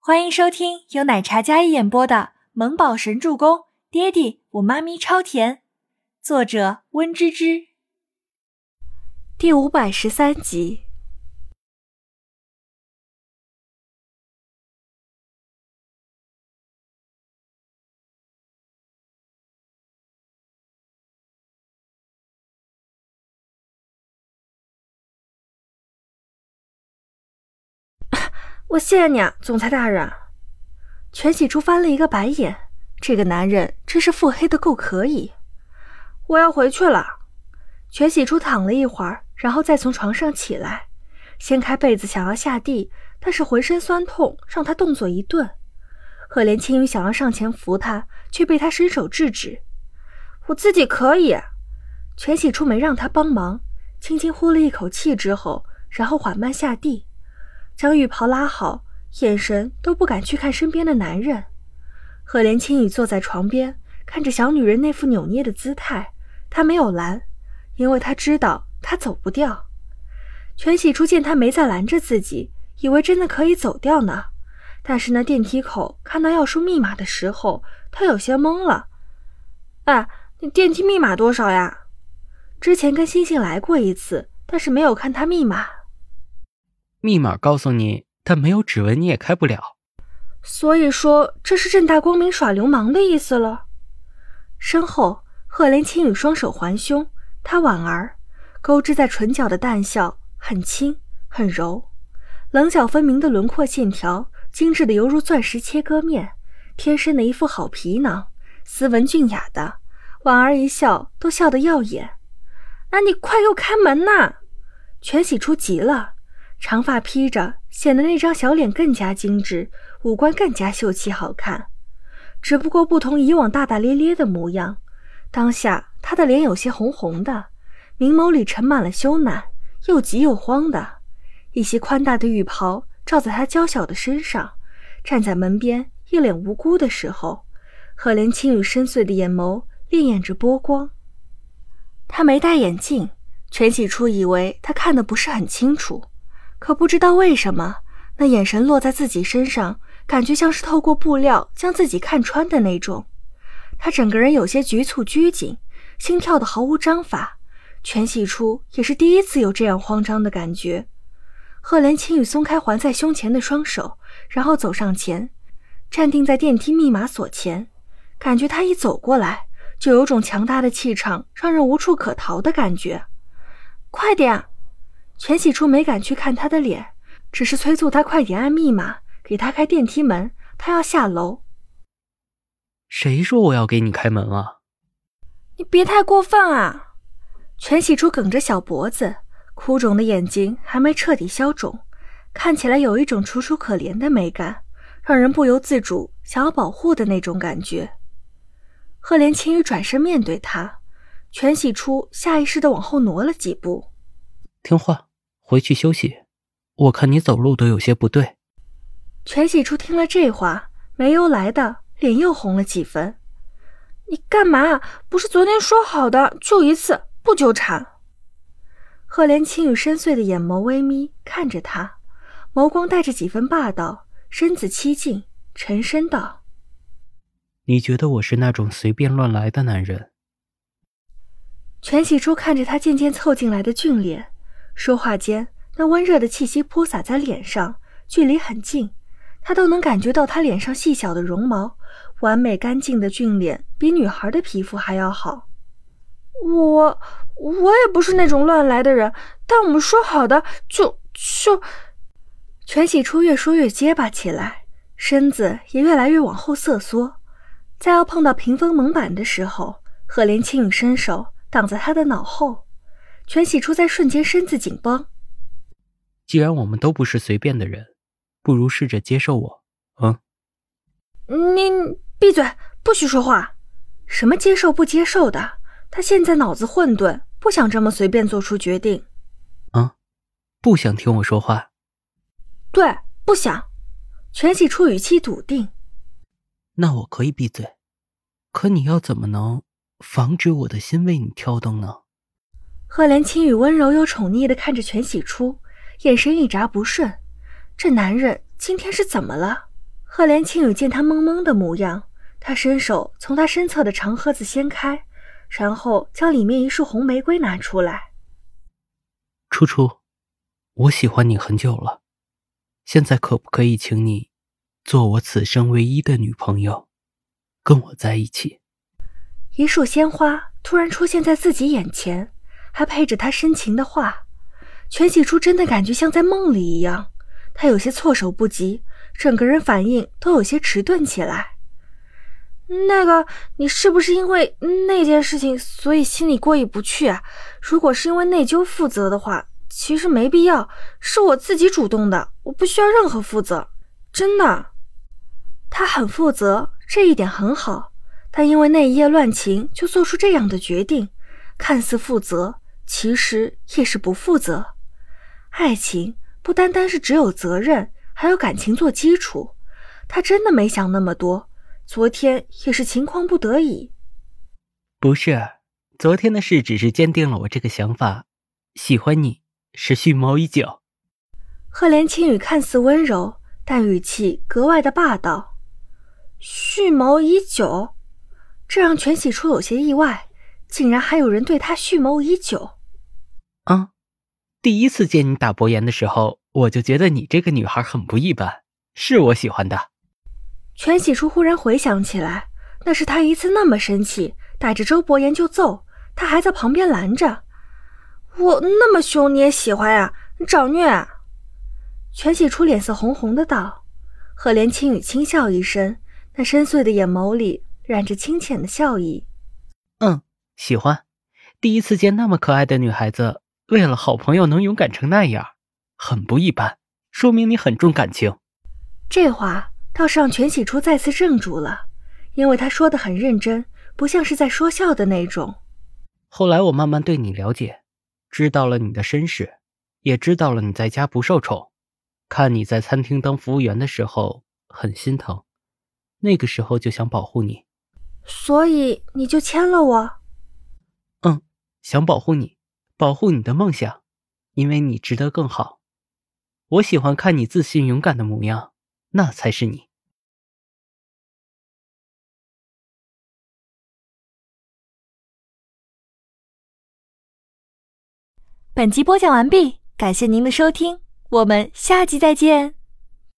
欢迎收听由奶茶嘉一演播的《萌宝神助攻》，爹地我妈咪超甜，作者温芝芝。第513集。 我谢谢你啊，总裁大人。全喜初翻了一个白眼，这个男人真是腹黑的够可以。我要回去了。全喜初躺了一会儿，然后再从床上起来，掀开被子想要下地，但是浑身酸痛让他动作一顿。赫连青羽想要上前扶他，却被他伸手制止。我自己可以。全喜初没让他帮忙，轻轻呼了一口气之后，然后缓慢下地，将浴袍拉好，眼神都不敢去看身边的男人。赫连青羽坐在床边，看着小女人那副扭捏的姿态，他没有拦，因为他知道他走不掉。全喜初见他没再拦着自己，以为真的可以走掉呢，但是那电梯口看到要输密码的时候，他有些懵了。哎，你电梯密码多少呀？之前跟星星来过一次，但是没有看他密码。 密码告诉你，但没有指纹你也开不了。 所以说这是正大光明耍流氓的意思了。身后赫连青羽双手环胸，她婉儿勾织在唇角的淡笑很轻很柔，棱角分明的轮廓线条精致的犹如钻石切割面，天生的一副好皮囊，斯文俊雅的，婉儿一笑都笑得耀眼。那你快给我开门呐！全喜初急了，长发披着，显得那张小脸更加精致，五官更加秀气好看。只不过不同以往大大咧咧的模样，当下他的脸有些红红的，明眸里盛满了羞赧，又急又慌的。一袭宽大的浴袍罩在他娇小的身上，站在门边一脸无辜的时候，赫连青羽深邃的眼眸潋滟着波光。他没戴眼镜，全喜初以为他看得不是很清楚，可不知道为什么，那眼神落在自己身上，感觉像是透过布料将自己看穿的那种。他整个人有些局促拘谨，心跳的毫无章法。全喜初也是第一次有这样慌张的感觉。赫连青羽松开环在胸前的双手，然后走上前，站定在电梯密码锁前，感觉他一走过来，就有种强大的气场让人无处可逃的感觉。快点！全喜初没敢去看他的脸，只是催促他快点按密码，给他开电梯门，他要下楼。 谁说我要给你开门啊？ 你别太过分啊！全喜初梗着小脖子，哭肿的眼睛还没彻底消肿，看起来有一种楚楚可怜的美感，让人不由自主想要保护的那种感觉。赫连青羽转身面对他，全喜初下意识地往后挪了几步。 听话，回去休息，我看你走路都有些不对。 全喜初听了这话，没由来的脸又红了几分。你干嘛？不是昨天说好的就一次不纠缠？赫连青羽深邃的眼眸微眯看着他，眸光带着几分霸道，身子凄静，沉声道： 你觉得我是那种随便乱来的男人？ 全喜初看着他渐渐凑近来的俊脸，说话间那温热的气息扑洒在脸上，距离很近，他都能感觉到他脸上细小的绒毛，完美干净的俊脸比女孩的皮肤还要好。我也不是那种乱来的人，但我们说好的就全喜初越说越结巴起来，身子也越来越往后瑟缩。在要碰到屏风蒙板的时候，赫连青羽伸手挡在他的脑后，全喜初在瞬间身子紧绷。 既然我们都不是随便的人，不如试着接受我。 你闭嘴，不许说话。什么接受不接受的，他现在脑子混沌，不想这么随便做出决定。 不想听我说话？ 对，不想。全喜初语气笃定。 那我可以闭嘴，可你要怎么能防止我的心为你跳动呢？ 赫连青羽温柔又宠溺地看着全喜初，眼神一眨不顺。这男人今天是怎么了？ 赫连青羽见他懵懵的模样，他伸手从他身侧的长盒子掀开，然后将里面一束红玫瑰拿出来。 初初，我喜欢你很久了，现在可不可以请你做我此生唯一的女朋友，跟我在一起？ 一束鲜花突然出现在自己眼前，还配着他深情的话。全喜初真的感觉像在梦里一样，他有些措手不及，整个人反应都有些迟钝起来。你是不是因为那件事情所以心里过意不去啊？如果是因为内疚负责的话，其实没必要，是我自己主动的，我不需要任何负责，真的。他很负责，这一点很好，但因为那一夜乱情就做出这样的决定，看似负责，其实也是不负责。爱情不单单是只有责任，还有感情做基础，他真的没想那么多，昨天也是情况不得已。 不是，昨天的事只是坚定了我这个想法，喜欢你是蓄谋已久。 赫连青羽看似温柔，但语气格外的霸道。蓄谋已久？这让全喜初有些意外，竟然还有人对他蓄谋已久。 第一次见你打薄盐的时候，我就觉得你这个女孩很不一般，是我喜欢的。 全喜初忽然回想起来，那是他一次那么生气，带着周伯言就揍，他还在旁边拦着。我那么凶你也喜欢啊？你找虐啊？全喜初脸色红红的道。赫连青羽轻笑一声，那深邃的眼眸里染着清浅的笑意。 喜欢。第一次见那么可爱的女孩子，为了好朋友能勇敢成那样，很不一般，说明你很重感情。 这话倒是让全喜初再次怔住了，因为他说得很认真，不像是在说笑的那种。 后来我慢慢对你了解，知道了你的身世，也知道了你在家不受宠，看你在餐厅当服务员的时候很心疼，那个时候就想保护你。 所以你就签了我？ 想保护你，保护你的梦想，因为你值得更好。我喜欢看你自信勇敢的模样，那才是你。 本集播讲完毕，感谢您的收听，我们下集再见。